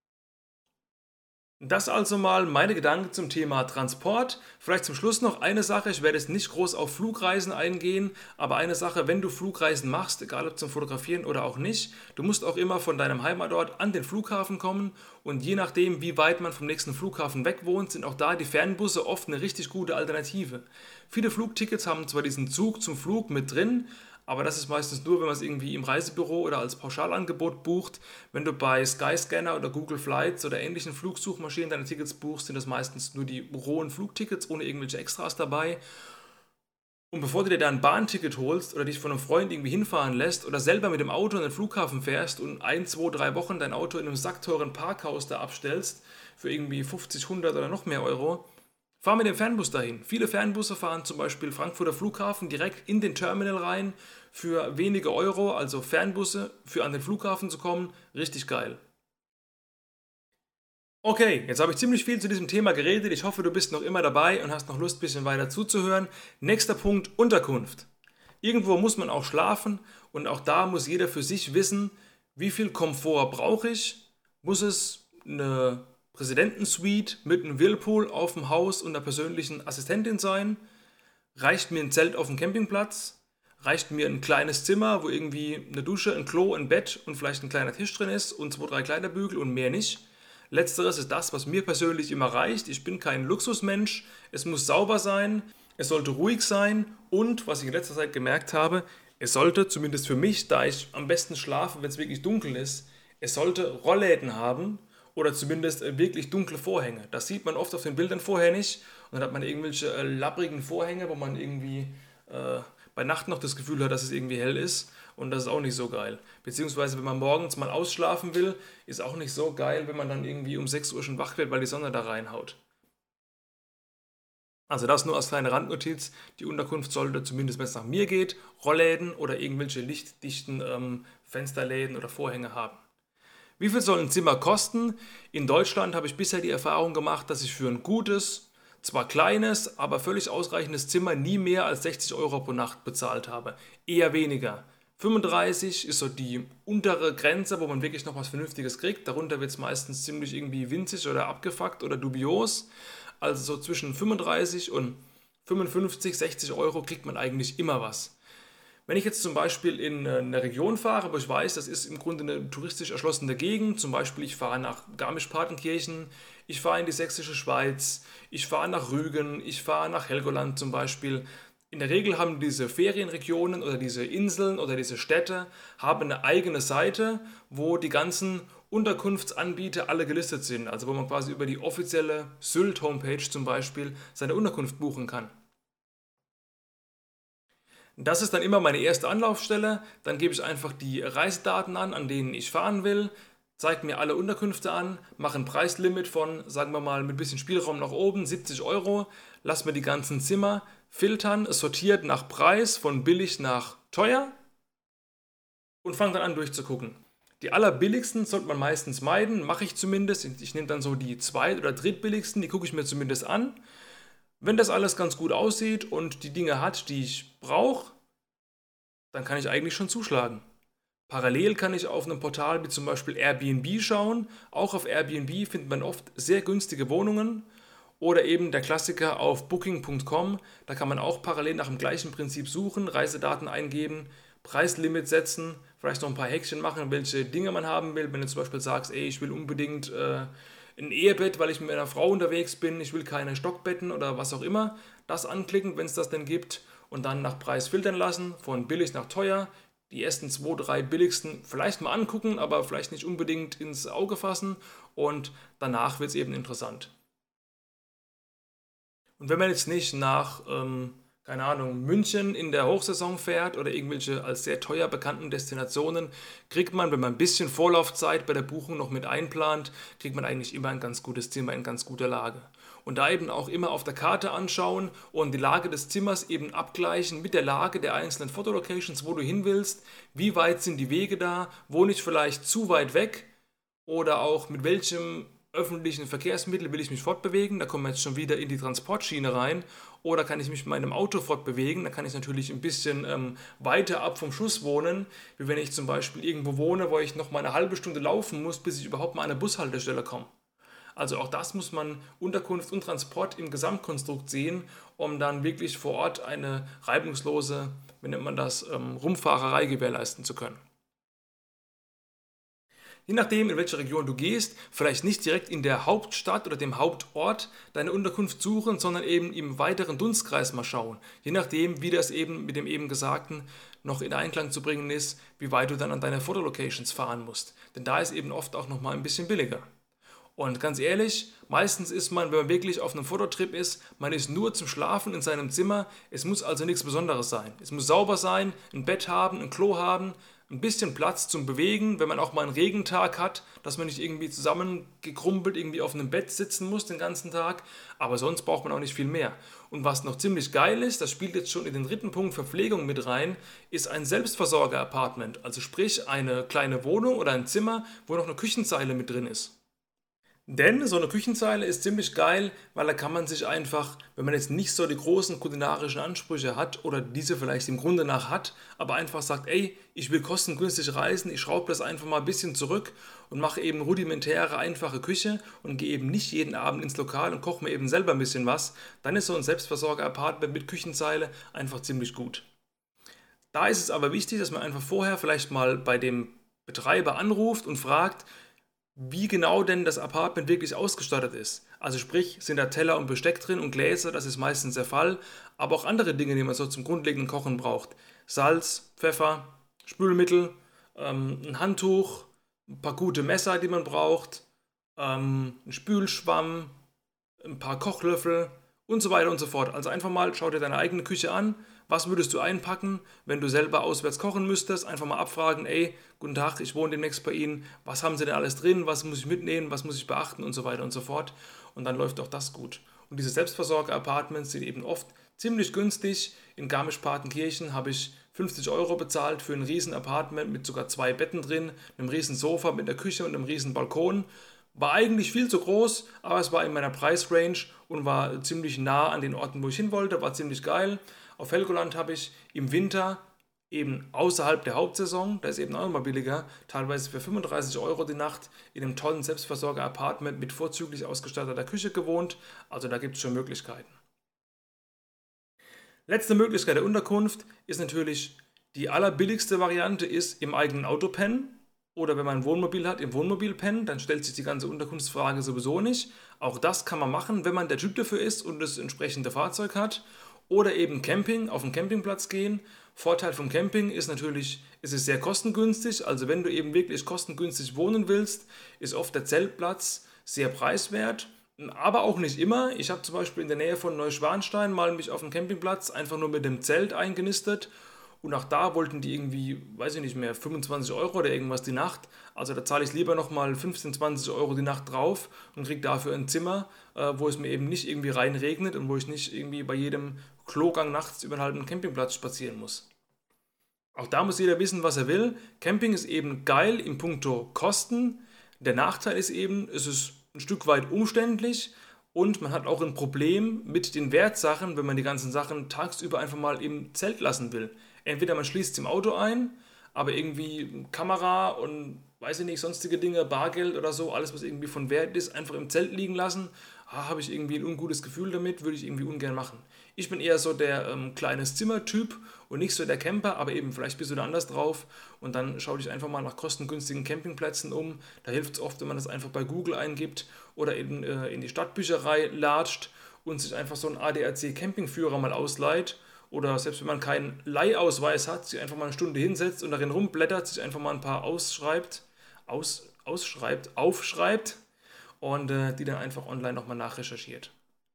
Das also mal meine Gedanken zum Thema Transport. Vielleicht zum Schluss noch eine Sache, ich werde jetzt nicht groß auf Flugreisen eingehen, aber eine Sache, wenn du Flugreisen machst, egal ob zum Fotografieren oder auch nicht, du musst auch immer von deinem Heimatort an den Flughafen kommen und je nachdem, wie weit man vom nächsten Flughafen weg wohnt, sind auch da die Fernbusse oft eine richtig gute Alternative. Viele Flugtickets haben zwar diesen Zug zum Flug mit drin, aber das ist meistens nur, wenn man es irgendwie im Reisebüro oder als Pauschalangebot bucht. Wenn du bei Skyscanner oder Google Flights oder ähnlichen Flugsuchmaschinen deine Tickets buchst, sind das meistens nur die rohen Flugtickets ohne irgendwelche Extras dabei. Und bevor du dir da ein Bahnticket holst oder dich von einem Freund irgendwie hinfahren lässt oder selber mit dem Auto an den Flughafen fährst und ein, zwei, drei Wochen dein Auto in einem sackteuren Parkhaus da abstellst für irgendwie fünfzig, hundert oder noch mehr Euro, fahr mit dem Fernbus dahin. Viele Fernbusse fahren zum Beispiel Frankfurter Flughafen direkt in den Terminal rein für wenige Euro, also Fernbusse, für an den Flughafen zu kommen. Richtig geil. Okay, jetzt habe ich ziemlich viel zu diesem Thema geredet. Ich hoffe, du bist noch immer dabei und hast noch Lust, ein bisschen weiter zuzuhören. Nächster Punkt, Unterkunft. Irgendwo muss man auch schlafen und auch da muss jeder für sich wissen, wie viel Komfort brauche ich. Muss es eine Präsidentensuite mit einem Whirlpool auf dem Haus und einer persönlichen Assistentin sein? Reicht mir ein Zelt auf dem Campingplatz? Reicht mir ein kleines Zimmer, wo irgendwie eine Dusche, ein Klo, ein Bett und vielleicht ein kleiner Tisch drin ist und zwei, drei Kleiderbügel und mehr nicht? Letzteres ist das, was mir persönlich immer reicht. Ich bin kein Luxusmensch. Es muss sauber sein, es sollte ruhig sein und, was ich in letzter Zeit gemerkt habe, es sollte, zumindest für mich, da ich am besten schlafe, wenn es wirklich dunkel ist, es sollte Rollläden haben oder zumindest äh, wirklich dunkle Vorhänge. Das sieht man oft auf den Bildern vorher nicht. Und dann hat man irgendwelche äh, labbrigen Vorhänge, wo man irgendwie äh, bei Nacht noch das Gefühl hat, dass es irgendwie hell ist. Und das ist auch nicht so geil. Beziehungsweise, wenn man morgens mal ausschlafen will, ist auch nicht so geil, wenn man dann irgendwie um sechs Uhr schon wach wird, weil die Sonne da reinhaut. Also das nur als kleine Randnotiz. Die Unterkunft sollte, zumindest wenn es nach mir geht, Rollläden oder irgendwelche lichtdichten ähm, Fensterläden oder Vorhänge haben. Wie viel soll ein Zimmer kosten? In Deutschland habe ich bisher die Erfahrung gemacht, dass ich für ein gutes, zwar kleines, aber völlig ausreichendes Zimmer nie mehr als sechzig Euro pro Nacht bezahlt habe. Eher weniger. fünfunddreißig ist so die untere Grenze, wo man wirklich noch was Vernünftiges kriegt. Darunter wird es meistens ziemlich irgendwie winzig oder abgefuckt oder dubios. Also so zwischen fünfunddreißig und fünfundfünfzig, sechzig Euro kriegt man eigentlich immer was. Wenn ich jetzt zum Beispiel in eine Region fahre, wo ich weiß, das ist im Grunde eine touristisch erschlossene Gegend, zum Beispiel ich fahre nach Garmisch-Partenkirchen, ich fahre in die sächsische Schweiz, ich fahre nach Rügen, ich fahre nach Helgoland zum Beispiel. In der Regel haben diese Ferienregionen oder diese Inseln oder diese Städte haben eine eigene Seite, wo die ganzen Unterkunftsanbieter alle gelistet sind, also wo man quasi über die offizielle Sylt-Homepage zum Beispiel seine Unterkunft buchen kann. Das ist dann immer meine erste Anlaufstelle. Dann gebe ich einfach die Reisedaten an, an denen ich fahren will, zeige mir alle Unterkünfte an, mache ein Preislimit von, sagen wir mal, mit ein bisschen Spielraum nach oben, siebzig Euro, lasse mir die ganzen Zimmer filtern, sortiert nach Preis, von billig nach teuer und fange dann an durchzugucken. Die allerbilligsten sollte man meistens meiden, mache ich zumindest. Ich nehme dann so die zweit- oder drittbilligsten, die gucke ich mir zumindest an. Wenn das alles ganz gut aussieht und die Dinge hat, die ich brauche, dann kann ich eigentlich schon zuschlagen. Parallel kann ich auf einem Portal wie zum Beispiel Airbnb schauen. Auch auf Airbnb findet man oft sehr günstige Wohnungen. Oder eben der Klassiker auf booking punkt com. Da kann man auch parallel nach dem gleichen Prinzip suchen, Reisedaten eingeben, Preislimit setzen, vielleicht noch ein paar Häkchen machen, welche Dinge man haben will. Wenn du zum Beispiel sagst, ey, ich will unbedingt äh, ein Ehebett, weil ich mit einer Frau unterwegs bin, ich will keine Stockbetten oder was auch immer, das anklicken, wenn es das denn gibt und dann nach Preis filtern lassen, von billig nach teuer. Die ersten zwei, drei billigsten vielleicht mal angucken, aber vielleicht nicht unbedingt ins Auge fassen und danach wird es eben interessant. Und wenn man jetzt nicht nach, ähm, keine Ahnung, München in der Hochsaison fährt oder irgendwelche als sehr teuer bekannten Destinationen, kriegt man, wenn man ein bisschen Vorlaufzeit bei der Buchung noch mit einplant, kriegt man eigentlich immer ein ganz gutes Zimmer in ganz guter Lage. Und da eben auch immer auf der Karte anschauen und die Lage des Zimmers eben abgleichen mit der Lage der einzelnen Fotolocations, wo du hin willst, wie weit sind die Wege da, wo nicht vielleicht zu weit weg oder auch mit welchem öffentlichen Verkehrsmittel will ich mich fortbewegen, da kommen wir jetzt schon wieder in die Transportschiene rein, oder kann ich mich mit meinem Auto fortbewegen, da kann ich natürlich ein bisschen ähm, weiter ab vom Schuss wohnen, wie wenn ich zum Beispiel irgendwo wohne, wo ich noch mal eine halbe Stunde laufen muss, bis ich überhaupt mal an eine Bushaltestelle komme. Also auch das muss man Unterkunft und Transport im Gesamtkonstrukt sehen, um dann wirklich vor Ort eine reibungslose, wie nennt man das, ähm, Rumfahrerei gewährleisten zu können. Je nachdem, in welche Region du gehst, vielleicht nicht direkt in der Hauptstadt oder dem Hauptort deine Unterkunft suchen, sondern eben im weiteren Dunstkreis mal schauen. Je nachdem, wie das eben mit dem eben Gesagten noch in Einklang zu bringen ist, wie weit du dann an deine Fotolocations fahren musst. Denn da ist eben oft auch nochmal ein bisschen billiger. Und ganz ehrlich, meistens ist man, wenn man wirklich auf einem Fototrip ist, man ist nur zum Schlafen in seinem Zimmer. Es muss also nichts Besonderes sein. Es muss sauber sein, ein Bett haben, ein Klo haben, ein bisschen Platz zum Bewegen, wenn man auch mal einen Regentag hat, dass man nicht irgendwie zusammengekrumpelt irgendwie auf einem Bett sitzen muss den ganzen Tag. Aber sonst braucht man auch nicht viel mehr. Und was noch ziemlich geil ist, das spielt jetzt schon in den dritten Punkt Verpflegung mit rein, ist ein Selbstversorger-Apartment. Also sprich eine kleine Wohnung oder ein Zimmer, wo noch eine Küchenzeile mit drin ist. Denn so eine Küchenzeile ist ziemlich geil, weil da kann man sich einfach, wenn man jetzt nicht so die großen kulinarischen Ansprüche hat oder diese vielleicht im Grunde nach hat, aber einfach sagt, ey, ich will kostengünstig reisen, ich schraube das einfach mal ein bisschen zurück und mache eben rudimentäre, einfache Küche und gehe eben nicht jeden Abend ins Lokal und koche mir eben selber ein bisschen was, dann ist so ein Selbstversorger-Apartment mit Küchenzeile einfach ziemlich gut. Da ist es aber wichtig, dass man einfach vorher vielleicht mal bei dem Betreiber anruft und fragt, wie genau denn das Apartment wirklich ausgestattet ist. Also sprich, sind da Teller und Besteck drin und Gläser, das ist meistens der Fall, aber auch andere Dinge, die man so zum grundlegenden Kochen braucht. Salz, Pfeffer, Spülmittel, ähm, ein Handtuch, ein paar gute Messer, die man braucht, ähm, ein Spülschwamm, ein paar Kochlöffel und so weiter und so fort. Also einfach mal, schau dir deine eigene Küche an. Was würdest du einpacken, wenn du selber auswärts kochen müsstest? Einfach mal abfragen, ey, guten Tag, ich wohne demnächst bei Ihnen. Was haben Sie denn alles drin? Was muss ich mitnehmen? Was muss ich beachten? Und so weiter und so fort. Und dann läuft auch das gut. Und diese Selbstversorger-Apartments sind eben oft ziemlich günstig. In Garmisch-Partenkirchen habe ich fünfzig Euro bezahlt für ein riesen Apartment mit sogar zwei Betten drin, einem riesen Sofa mit einer Küche und einem riesen Balkon. War eigentlich viel zu groß, aber es war in meiner Preisrange und war ziemlich nah an den Orten, wo ich hin wollte, war ziemlich geil. Auf Helgoland habe ich im Winter eben außerhalb der Hauptsaison, da ist eben auch nochmal billiger, teilweise für fünfunddreißig Euro die Nacht in einem tollen Selbstversorger-Apartment mit vorzüglich ausgestatteter Küche gewohnt. Also da gibt es schon Möglichkeiten. Letzte Möglichkeit der Unterkunft ist natürlich die allerbilligste Variante ist im eigenen Auto pennen. Oder wenn man ein Wohnmobil hat, im Wohnmobil pennen, dann stellt sich die ganze Unterkunftsfrage sowieso nicht. Auch das kann man machen, wenn man der Typ dafür ist und das entsprechende Fahrzeug hat. Oder eben Camping, auf den Campingplatz gehen. Vorteil vom Camping ist natürlich, es ist sehr kostengünstig. Also wenn du eben wirklich kostengünstig wohnen willst, ist oft der Zeltplatz sehr preiswert. Aber auch nicht immer. Ich habe zum Beispiel in der Nähe von Neuschwanstein mal mich auf dem Campingplatz einfach nur mit dem Zelt eingenistet. Und auch da wollten die irgendwie, weiß ich nicht mehr, fünfundzwanzig Euro oder irgendwas die Nacht. Also da zahle ich lieber nochmal fünfzehn, zwanzig Euro die Nacht drauf und kriege dafür ein Zimmer, äh, wo es mir eben nicht irgendwie reinregnet und wo ich nicht irgendwie bei jedem Klogang nachts über einen halben Campingplatz spazieren muss. Auch da muss jeder wissen, was er will. Camping ist eben geil in puncto Kosten. Der Nachteil ist eben, es ist ein Stück weit umständlich. Und man hat auch ein Problem mit den Wertsachen, wenn man die ganzen Sachen tagsüber einfach mal im Zelt lassen will. Entweder man schließt es im Auto ein, aber irgendwie Kamera und weiß ich nicht, sonstige Dinge, Bargeld oder so, alles was irgendwie von Wert ist, einfach im Zelt liegen lassen, ah, habe ich irgendwie ein ungutes Gefühl damit, würde ich irgendwie ungern machen. Ich bin eher so der ähm, kleines Zimmertyp und nicht so der Camper, aber eben, vielleicht bist du da anders drauf und dann schau dich einfach mal nach kostengünstigen Campingplätzen um. Da hilft es oft, wenn man das einfach bei Google eingibt oder eben äh, in die Stadtbücherei latscht und sich einfach so einen A D A C Campingführer mal ausleiht oder selbst wenn man keinen Leihausweis hat, sich einfach mal eine Stunde hinsetzt und darin rumblättert, sich einfach mal ein paar ausschreibt, aus, ausschreibt, aufschreibt und äh, die dann einfach online nochmal nachrecherchiert.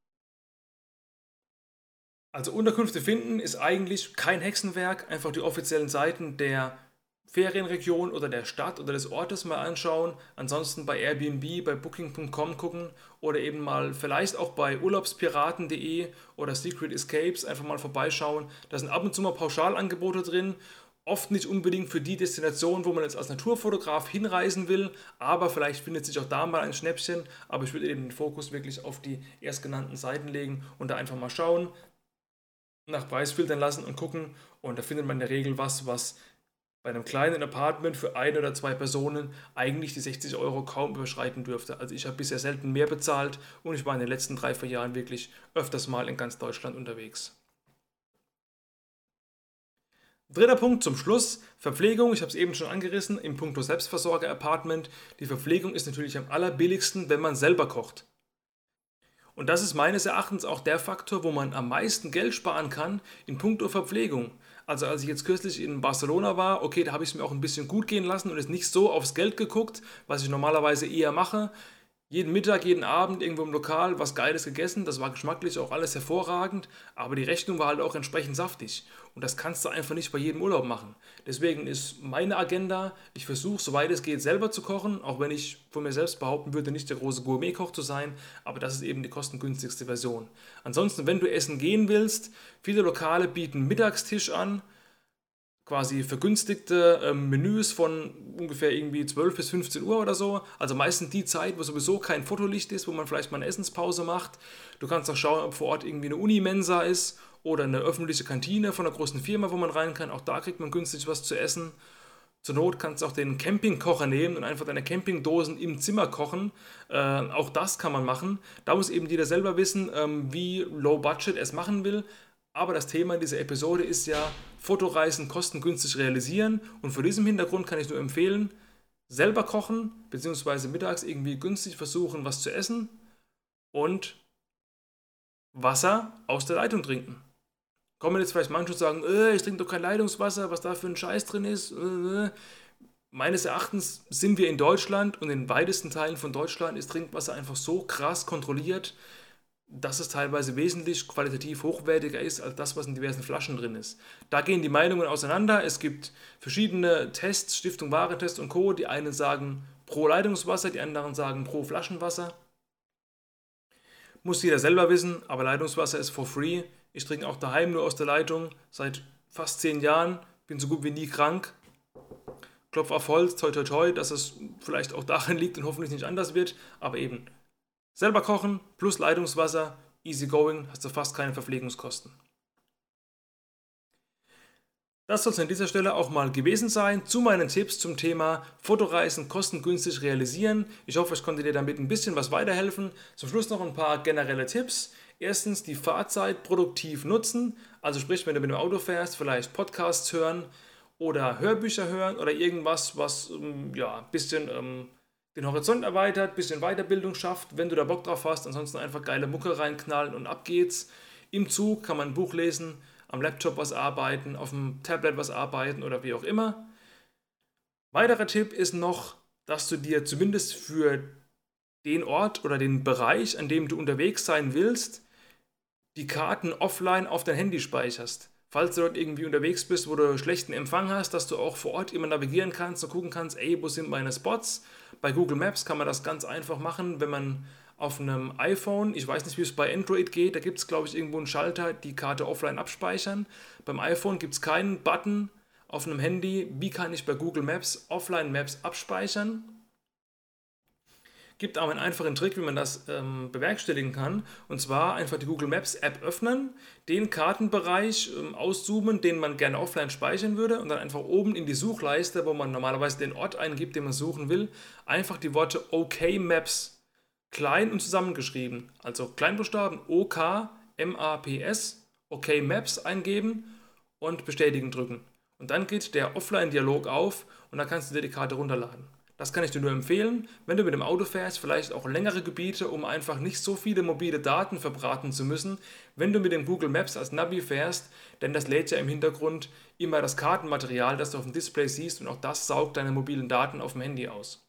Also Unterkünfte finden ist eigentlich kein Hexenwerk, einfach die offiziellen Seiten der Ferienregion oder der Stadt oder des Ortes mal anschauen, ansonsten bei Airbnb, bei booking punkt com gucken oder eben mal vielleicht auch bei urlaubspiraten punkt de oder Secret Escapes einfach mal vorbeischauen. Da sind ab und zu mal Pauschalangebote drin, oft nicht unbedingt für die Destination, wo man jetzt als Naturfotograf hinreisen will, aber vielleicht findet sich auch da mal ein Schnäppchen, aber ich würde eben den Fokus wirklich auf die erstgenannten Seiten legen und da einfach mal schauen, nach Preis filtern lassen und gucken und da findet man in der Regel was, was bei einem kleinen Apartment für eine oder zwei Personen eigentlich die sechzig Euro kaum überschreiten dürfte. Also ich habe bisher selten mehr bezahlt und ich war in den letzten drei, vier Jahren wirklich öfters mal in ganz Deutschland unterwegs. Dritter Punkt zum Schluss, Verpflegung. Ich habe es eben schon angerissen, im Punkto Selbstversorger-Apartment. Die Verpflegung ist natürlich am allerbilligsten, wenn man selber kocht. Und das ist meines Erachtens auch der Faktor, wo man am meisten Geld sparen kann in puncto Verpflegung. Also als ich jetzt kürzlich in Barcelona war, okay, da habe ich es mir auch ein bisschen gut gehen lassen und ist nicht so aufs Geld geguckt, was ich normalerweise eher mache. Jeden Mittag, jeden Abend irgendwo im Lokal was Geiles gegessen, das war geschmacklich auch alles hervorragend, aber die Rechnung war halt auch entsprechend saftig. Und das kannst du einfach nicht bei jedem Urlaub machen. Deswegen ist meine Agenda, ich versuche, soweit es geht, selber zu kochen, auch wenn ich von mir selbst behaupten würde, nicht der große Gourmet-Koch zu sein, aber das ist eben die kostengünstigste Version. Ansonsten, wenn du essen gehen willst, viele Lokale bieten Mittagstisch an, quasi vergünstigte ähm, Menüs von ungefähr irgendwie zwölf bis fünfzehn Uhr oder so. Also meistens die Zeit, wo sowieso kein Fotolicht ist, wo man vielleicht mal eine Essenspause macht. Du kannst auch schauen, ob vor Ort irgendwie eine Unimensa ist oder eine öffentliche Kantine von einer großen Firma, wo man rein kann. Auch da kriegt man günstig was zu essen. Zur Not kannst du auch den Campingkocher nehmen und einfach deine Campingdosen im Zimmer kochen. Äh, auch das kann man machen. Da muss eben jeder selber wissen, ähm, wie low budget er es machen will. Aber das Thema dieser Episode ist ja Fotoreisen kostengünstig realisieren und vor diesem Hintergrund kann ich nur empfehlen, selber kochen bzw. mittags irgendwie günstig versuchen, was zu essen und Wasser aus der Leitung trinken. Kommen jetzt vielleicht manche und sagen, äh, ich trinke doch kein Leitungswasser, was da für ein Scheiß drin ist. Äh. Meines Erachtens sind wir in Deutschland und in den weitesten Teilen von Deutschland ist Trinkwasser einfach so krass kontrolliert, dass es teilweise wesentlich qualitativ hochwertiger ist als das, was in diversen Flaschen drin ist. Da gehen die Meinungen auseinander. Es gibt verschiedene Tests, Stiftung Warentest und Co. Die einen sagen pro Leitungswasser, die anderen sagen pro Flaschenwasser. Muss jeder selber wissen, aber Leitungswasser ist for free. Ich trinke auch daheim nur aus der Leitung seit fast zehn Jahren, bin so gut wie nie krank. Klopf auf Holz, toi toi toi, dass es vielleicht auch darin liegt und hoffentlich nicht anders wird, aber eben selber kochen plus Leitungswasser, easy going, hast du fast keine Verpflegungskosten. Das soll es an dieser Stelle auch mal gewesen sein zu meinen Tipps zum Thema Fotoreisen kostengünstig realisieren. Ich hoffe, ich konnte dir damit ein bisschen was weiterhelfen. Zum Schluss noch ein paar generelle Tipps. Erstens, die Fahrzeit produktiv nutzen. Also sprich, wenn du mit dem Auto fährst, vielleicht Podcasts hören oder Hörbücher hören oder irgendwas, was ja, ein bisschen ähm, den Horizont erweitert, ein bisschen Weiterbildung schafft, wenn du da Bock drauf hast. Ansonsten einfach geile Mucke reinknallen und ab geht's. Im Zug kann man ein Buch lesen, am Laptop was arbeiten, auf dem Tablet was arbeiten oder wie auch immer. Weiterer Tipp ist noch, dass du dir zumindest für den Ort oder den Bereich, an dem du unterwegs sein willst, die Karten offline auf dein Handy speicherst. Falls du dort irgendwie unterwegs bist, wo du schlechten Empfang hast, dass du auch vor Ort immer navigieren kannst und gucken kannst, ey, wo sind meine Spots? Bei Google Maps kann man das ganz einfach machen, wenn man auf einem iPhone, ich weiß nicht, wie es bei Android geht, da gibt es, glaube ich, irgendwo einen Schalter, die Karte offline abspeichern. Beim iPhone gibt es keinen Button auf einem Handy, wie kann ich bei Google Maps Offline Maps abspeichern. Gibt aber einen einfachen Trick, wie man das ähm, bewerkstelligen kann. Und zwar einfach die Google Maps App öffnen, den Kartenbereich ähm, auszoomen, den man gerne offline speichern würde und dann einfach oben in die Suchleiste, wo man normalerweise den Ort eingibt, den man suchen will, einfach die Worte OK Maps klein und zusammengeschrieben, also Kleinbuchstaben O K M A P S, OK Maps eingeben und bestätigen drücken. Und dann geht der Offline-Dialog auf und dann kannst du dir die Karte runterladen. Das kann ich dir nur empfehlen, wenn du mit dem Auto fährst, vielleicht auch längere Gebiete, um einfach nicht so viele mobile Daten verbraten zu müssen, wenn du mit dem Google Maps als Navi fährst, denn das lädt ja im Hintergrund immer das Kartenmaterial, das du auf dem Display siehst und auch das saugt deine mobilen Daten auf dem Handy aus.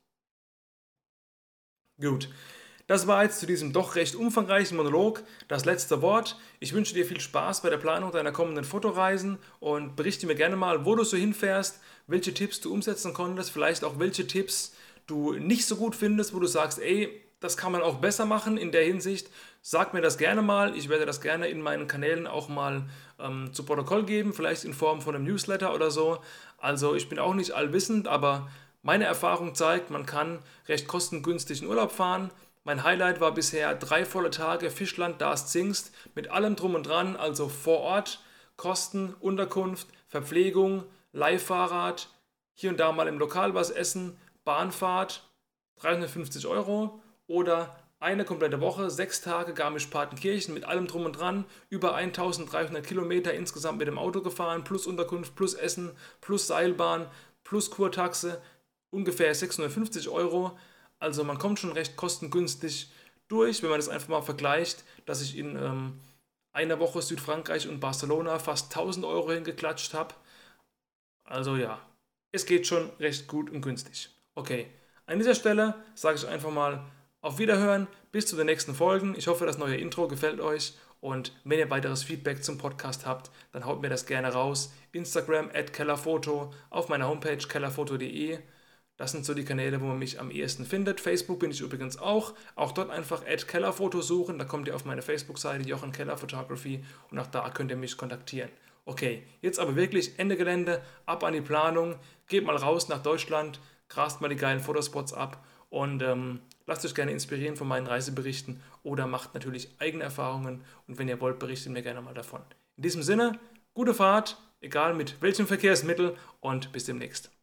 Gut. Das war jetzt zu diesem doch recht umfangreichen Monolog das letzte Wort. Ich wünsche dir viel Spaß bei der Planung deiner kommenden Fotoreisen und berichte mir gerne mal, wo du so hinfährst, welche Tipps du umsetzen konntest, vielleicht auch welche Tipps du nicht so gut findest, wo du sagst, ey, das kann man auch besser machen in der Hinsicht. Sag mir das gerne mal. Ich werde das gerne in meinen Kanälen auch mal ähm, zu Protokoll geben, vielleicht in Form von einem Newsletter oder so. Also ich bin auch nicht allwissend, aber meine Erfahrung zeigt, man kann recht kostengünstig in Urlaub fahren. Mein Highlight war bisher drei volle Tage Fischland, das Zingst, mit allem drum und dran, also vor Ort, Kosten, Unterkunft, Verpflegung, Leihfahrrad, hier und da mal im Lokal was essen, Bahnfahrt, dreihundertfünfzig Euro oder eine komplette Woche, sechs Tage Garmisch-Partenkirchen mit allem drum und dran, über eintausenddreihundert Kilometer insgesamt mit dem Auto gefahren, plus Unterkunft, plus Essen, plus Seilbahn, plus Kurtaxe, ungefähr sechshundertfünfzig Euro. Also man kommt schon recht kostengünstig durch, wenn man das einfach mal vergleicht, dass ich in ähm, einer Woche Südfrankreich und Barcelona fast tausend Euro hingeklatscht habe. Also ja, es geht schon recht gut und günstig. Okay, an dieser Stelle sage ich einfach mal auf Wiederhören, bis zu den nächsten Folgen. Ich hoffe, das neue Intro gefällt euch und wenn ihr weiteres Feedback zum Podcast habt, dann haut mir das gerne raus. Instagram at kellerfoto, auf meiner Homepage kellerfoto punkt de. Das sind so die Kanäle, wo man mich am ehesten findet. Facebook bin ich übrigens auch. Auch dort einfach at kellerfoto suchen. Da kommt ihr auf meine Facebook-Seite Jochen Keller Photography und auch da könnt ihr mich kontaktieren. Okay, jetzt aber wirklich Ende Gelände, ab an die Planung. Geht mal raus nach Deutschland, grast mal die geilen Fotospots ab und ähm, lasst euch gerne inspirieren von meinen Reiseberichten oder macht natürlich eigene Erfahrungen und wenn ihr wollt, berichtet mir gerne mal davon. In diesem Sinne, gute Fahrt, egal mit welchem Verkehrsmittel und bis demnächst.